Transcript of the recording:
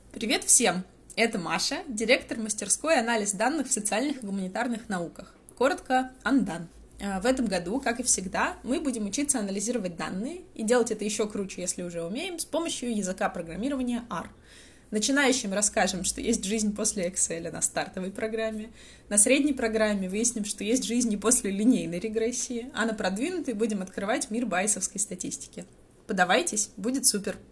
Привет всем! Это Маша, директор мастерской «Анализ данных в социальных и гуманитарных науках», коротко АНДАН. В этом году, как и всегда, мы будем учиться анализировать данные и делать это еще круче, если уже умеем, с помощью языка программирования R. Начинающим расскажем, что есть жизнь после Excel на стартовой программе, на средней программе выясним, что есть жизнь и после линейной регрессии, а на продвинутой будем открывать мир байесовской статистики. Подавайтесь, будет супер!